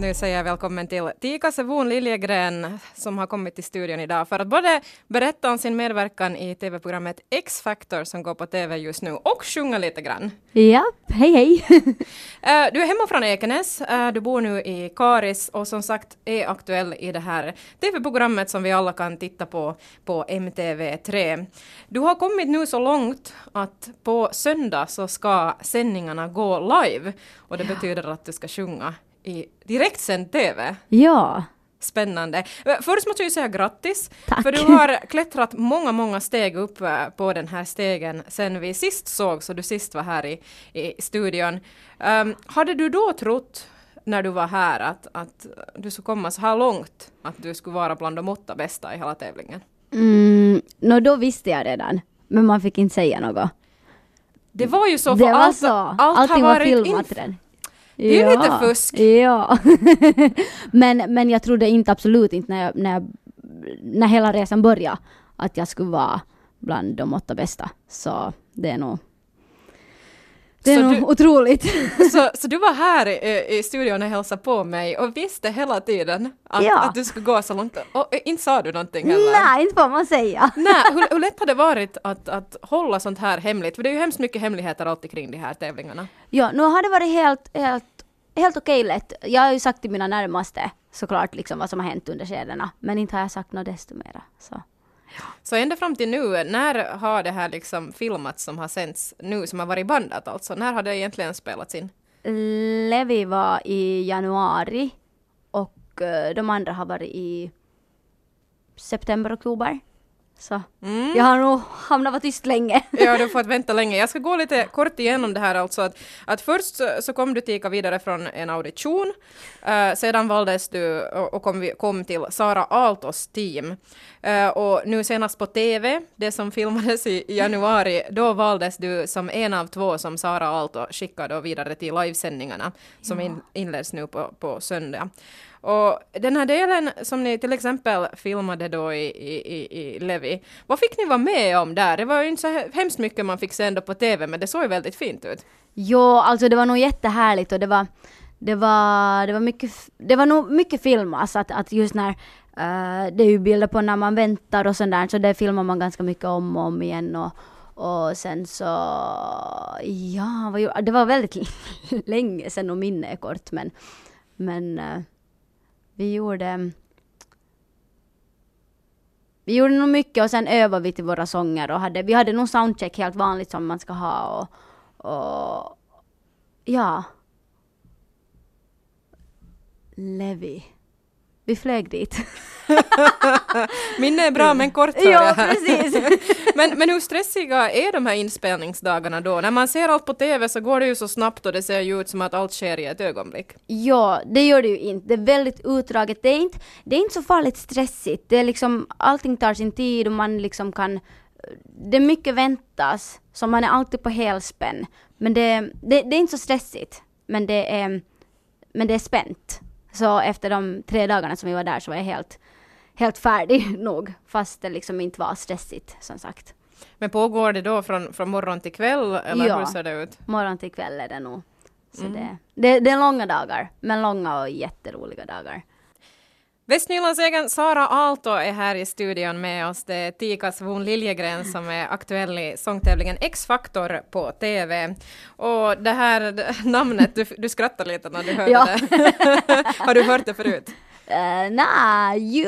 nu säger jag välkommen till Tika Sevon Liljegren som har kommit till studion idag för att både berätta om sin medverkan i tv-programmet X-Factor som går på tv just nu och sjunga lite grann. Ja, hej. Du är hemma från Ekenäs, du bor nu i Karis och som sagt är aktuell i det här tv-programmet som vi alla kan titta på MTV3. Du har kommit nu så långt att på söndag så ska sändningarna gå live och det betyder att du ska sjunga i direktsänd tv. Ja. Spännande. Först måste jag säga grattis. Tack. För du har klättrat många steg upp på den här stegen sen vi sist såg, så du sist var här i studion. Hade du då trott när du var här att du skulle komma så här långt, att du skulle vara bland de 8 bästa i hela tävlingen? Då visste jag redan, men man fick inte säga något. Det var ju så, det för var så. Allting var filmat redan. Det är lite fusk. Ja. men jag trodde absolut inte när hela resan började att jag skulle vara bland de 8 bästa. Så det är nog otroligt. Så du var här i studion och hälsade på mig och visste hela tiden att du skulle gå så långt. Och inte sa du någonting heller? Nej, inte får man säga. Nej, hur lätt har det varit att hålla sånt här hemligt? För det är ju hemskt mycket hemligheter alltid kring de här tävlingarna. Ja, nu har det varit helt okej lätt. Jag har ju sagt till mina närmaste såklart liksom vad som har hänt under skedena. Men inte har jag sagt något desto mera. Så ända fram till nu, när har det här liksom filmat som har sänts nu, som har varit bandat alltså? När har det egentligen spelats in? Levi var i januari och de andra har varit i september, oktober. Så jag har nog hamnat tyst länge. Ja, du har fått vänta länge. Jag ska gå lite kort igenom det här alltså. Att först så kom du Tika vidare från en audition. Sedan valdes du och kom till Sara Aaltos team. Och nu senast på tv, det som filmades i januari, då valdes du som en av 2 som Sara Aalto skickade vidare till livesändningarna som inleds nu på söndag. Och den här delen som ni till exempel filmade då i Levi, vad fick ni vara med om där? Det var ju inte så hemskt mycket man fick se ändå på tv, men det såg ju väldigt fint ut. Jo, alltså det var nog jättehärligt och det var nog mycket film, alltså att just när det är ju bilder på när man väntar och sånt där, så det filmar man ganska mycket om och om igen och sen så det var väldigt länge sedan och minne är kort, men vi gjorde nog mycket och sen övade vi till våra sånger och vi hade nog soundcheck helt vanligt som man ska ha och ja. Levi. Vi flög dit. Minne är bra men kort. Ja, precis. men hur stressiga är de här inspelningsdagarna då? När man ser allt på tv så går det ju så snabbt och det ser ju ut som att allt sker i ett ögonblick. Ja, det gör det ju inte. Det är väldigt utdraget. Det är inte så farligt stressigt. Det är liksom, allting tar sin tid och man liksom kan... Det är mycket väntas, så man är alltid på helspänn. Men det är inte så stressigt. Men det är spänt. Så efter de 3 dagarna som vi var där så var jag helt färdig nog. Fast det liksom inte var stressigt, som sagt. Men pågår det då från morgon till kväll? Eller hur ser det ut? Morgon till kväll är det nog. Så det är långa dagar. Men långa och jätteroliga dagar. Västnylands egen Sara Aalto är här i studion med oss. Det är Tika Sevon Liljegren som är aktuell i sångtävlingen X-Factor på tv. Och det här namnet, du skrattar lite när du hörde det. Har du hört det förut? Nej.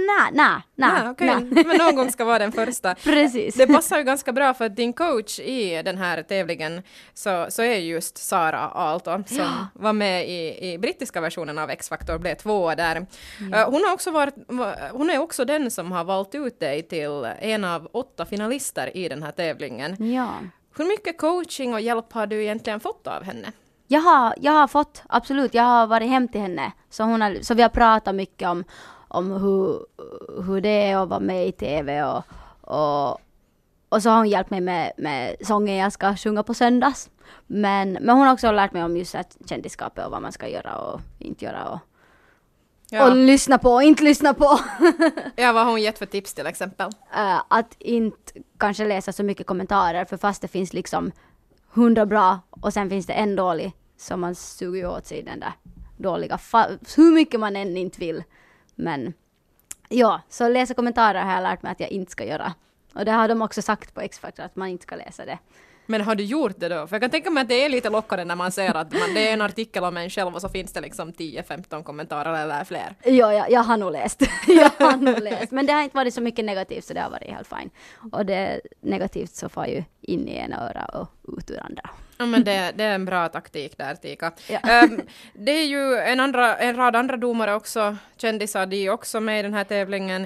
Men någon gång ska vara den första. Precis. Det passar ju ganska bra för att din coach i den här tävlingen så är just Sara Aalto som var med i brittiska versionen av X-Factor, blev 2 där. Hon är också den som har valt ut dig till en av 8 finalister i den här tävlingen. Ja. Hur mycket coaching och hjälp har du egentligen fått av henne? Jag har fått, absolut. Jag har varit hem till henne. Så vi har pratat mycket om hur det är att vara med i tv. Och så har hon hjälpt mig med sången jag ska sjunga på söndags. Men hon har också lärt mig om just kändisskapet och vad man ska göra och inte göra. Och lyssna på och inte lyssna på. Ja, vad har hon gett för tips till exempel? Att inte kanske läsa så mycket kommentarer. För fast det finns liksom 100 bra och sen finns det en dålig. Så man suger åt sig den där dåliga. Hur mycket man än inte vill. Men ja, så läsa kommentarer har jag lärt mig att jag inte ska göra. Och det har de också sagt på X-Factor att man inte ska läsa det. Men har du gjort det då? För jag kan tänka mig att det är lite lockande när man ser att det är en artikel om en själv och så finns det liksom 10-15 kommentarer eller fler. Ja, jag har nog läst. Jag har nog läst. Men det har inte varit så mycket negativt så det har varit helt fine. Och det negativt så får ju in i ena öra och ut ur andra. Ja, men det är en bra taktik där, Tika. Ja. Det är ju en rad andra domare också, kändisar, de är också med i den här tävlingen.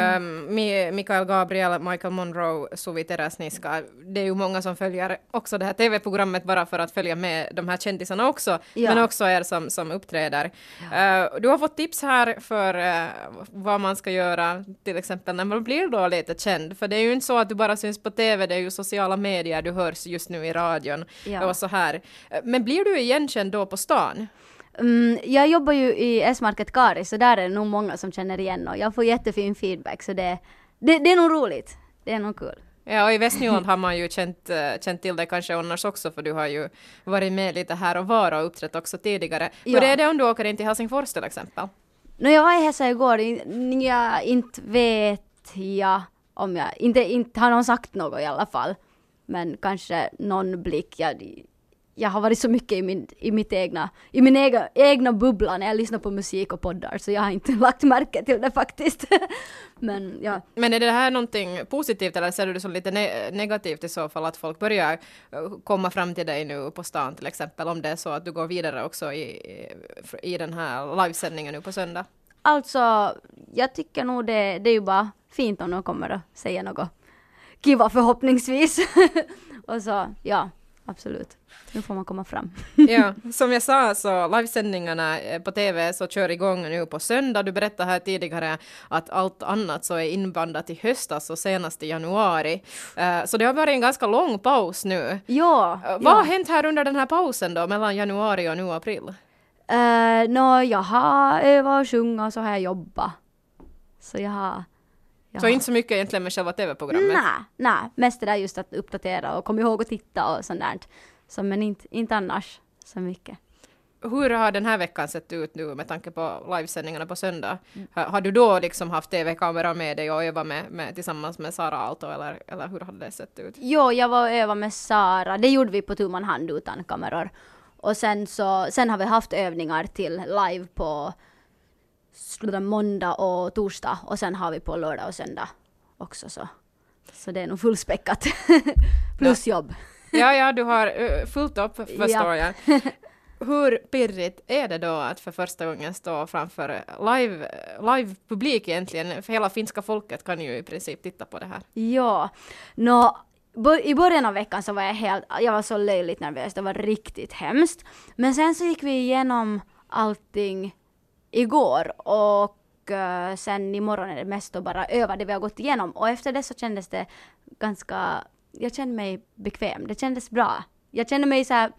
Mikael Gabriel, Michael Monroe, Suvi Teräsniska. Det är ju många som följer också det här tv-programmet bara för att följa med de här kändisarna också, men också er som uppträder. Du har fått tips här för vad man ska göra, till exempel när man blir då lite känd. För det är ju inte så att du bara syns på tv, det är ju sociala medier, du hörs just nu i radion. Och så här. Men blir du igenkänd då på stan? Jag jobbar ju i S-Market Kari så där är det nog många som känner igen och jag får jättefin feedback så det är nog roligt. Det är nog kul. Ja, och i Västnyland har man ju känt till det kanske annars också för du har ju varit med lite här och var och uppträtt också tidigare. Hur är det om du åker in till Helsingfors till exempel? Jag var i Hesa igår, jag inte vet jag om jag inte har någon sagt något i alla fall. Men kanske någon blick. Jag har varit så mycket i min egna bubbla när jag lyssnar på musik och poddar. Så jag har inte lagt märke till det faktiskt. Men ja. Men är det här någonting positivt eller ser du det som lite negativt i så fall att folk börjar komma fram till dig nu på stan till exempel om det är så att du går vidare också i den här livesändningen nu på söndag? Alltså, jag tycker nog det är ju bara fint om de kommer att säga något kiva förhoppningsvis. Och så, ja, absolut. Nu får man komma fram. Ja, som jag sa så livesändningarna på tv så kör igång nu på söndag. Du berättade här tidigare att allt annat så är inbandat i höstas och senast i januari. Så det har varit en ganska lång paus nu. Ja. Vad har hänt här under den här pausen då mellan januari och nu april? Jag har övat och sjunga och så har jag jobbat. Så jag har... Så inte så mycket egentligen med själva tv-programmet? Nej, mest det där just att uppdatera och komma ihåg att titta och sånt där. Så, men inte annars så mycket. Hur har den här veckan sett ut nu med tanke på livesändningarna på söndag? Har du då liksom haft tv-kamera med dig och övat med tillsammans med Sara Aalto eller hur har det sett ut? Jo, jag var och övade med Sara. Det gjorde vi på tu man hand utan kameror. Och sen har vi haft övningar till live på måndag och torsdag och sen har vi på lördag och söndag också så det är nog fullspäckat plus jobb. Ja, du har fullt upp förstår jag. Hur pirrigt är det då att för första gången stå framför live-publik egentligen? För hela finska folket kan ju i princip titta på det här. Ja, i början av veckan så var jag var så löjligt nervös, det var riktigt hemskt. Men sen så gick vi igenom allting igår och sen imorgon är det mest att bara öva det vi har gått igenom. Och efter det så kändes det jag kände mig bekväm, det kändes bra. Jag kände mig så här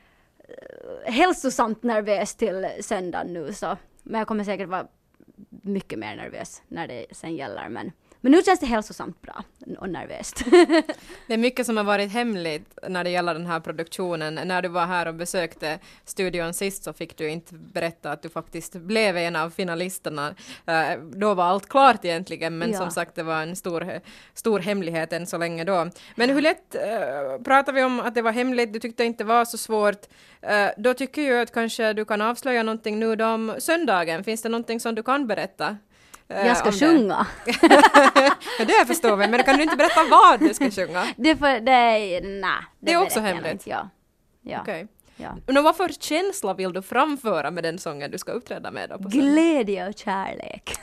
hälsosamt nervös till söndag nu så. Men jag kommer säkert vara mycket mer nervös när det sen gäller. Men nu känns det hälsosamt bra och nervöst. Det är mycket som har varit hemligt när det gäller den här produktionen. När du var här och besökte studion sist så fick du inte berätta att du faktiskt blev en av finalisterna. Då var allt klart egentligen, men som sagt det var en stor hemlighet än så länge då. Men hur lätt pratar vi om att det var hemligt? Du tyckte inte det var så svårt. Då tycker jag att kanske du kan avslöja någonting nu då om söndagen. Finns det någonting som du kan berätta? Jag ska sjunga. Ja, det förstår vi, men kan du inte berätta vad du ska sjunga? Det är också hemligt. Ja. Okay. Ja. Men vad för känsla vill du framföra med den sången du ska uppträda med då på söndag? Glädje och kärlek.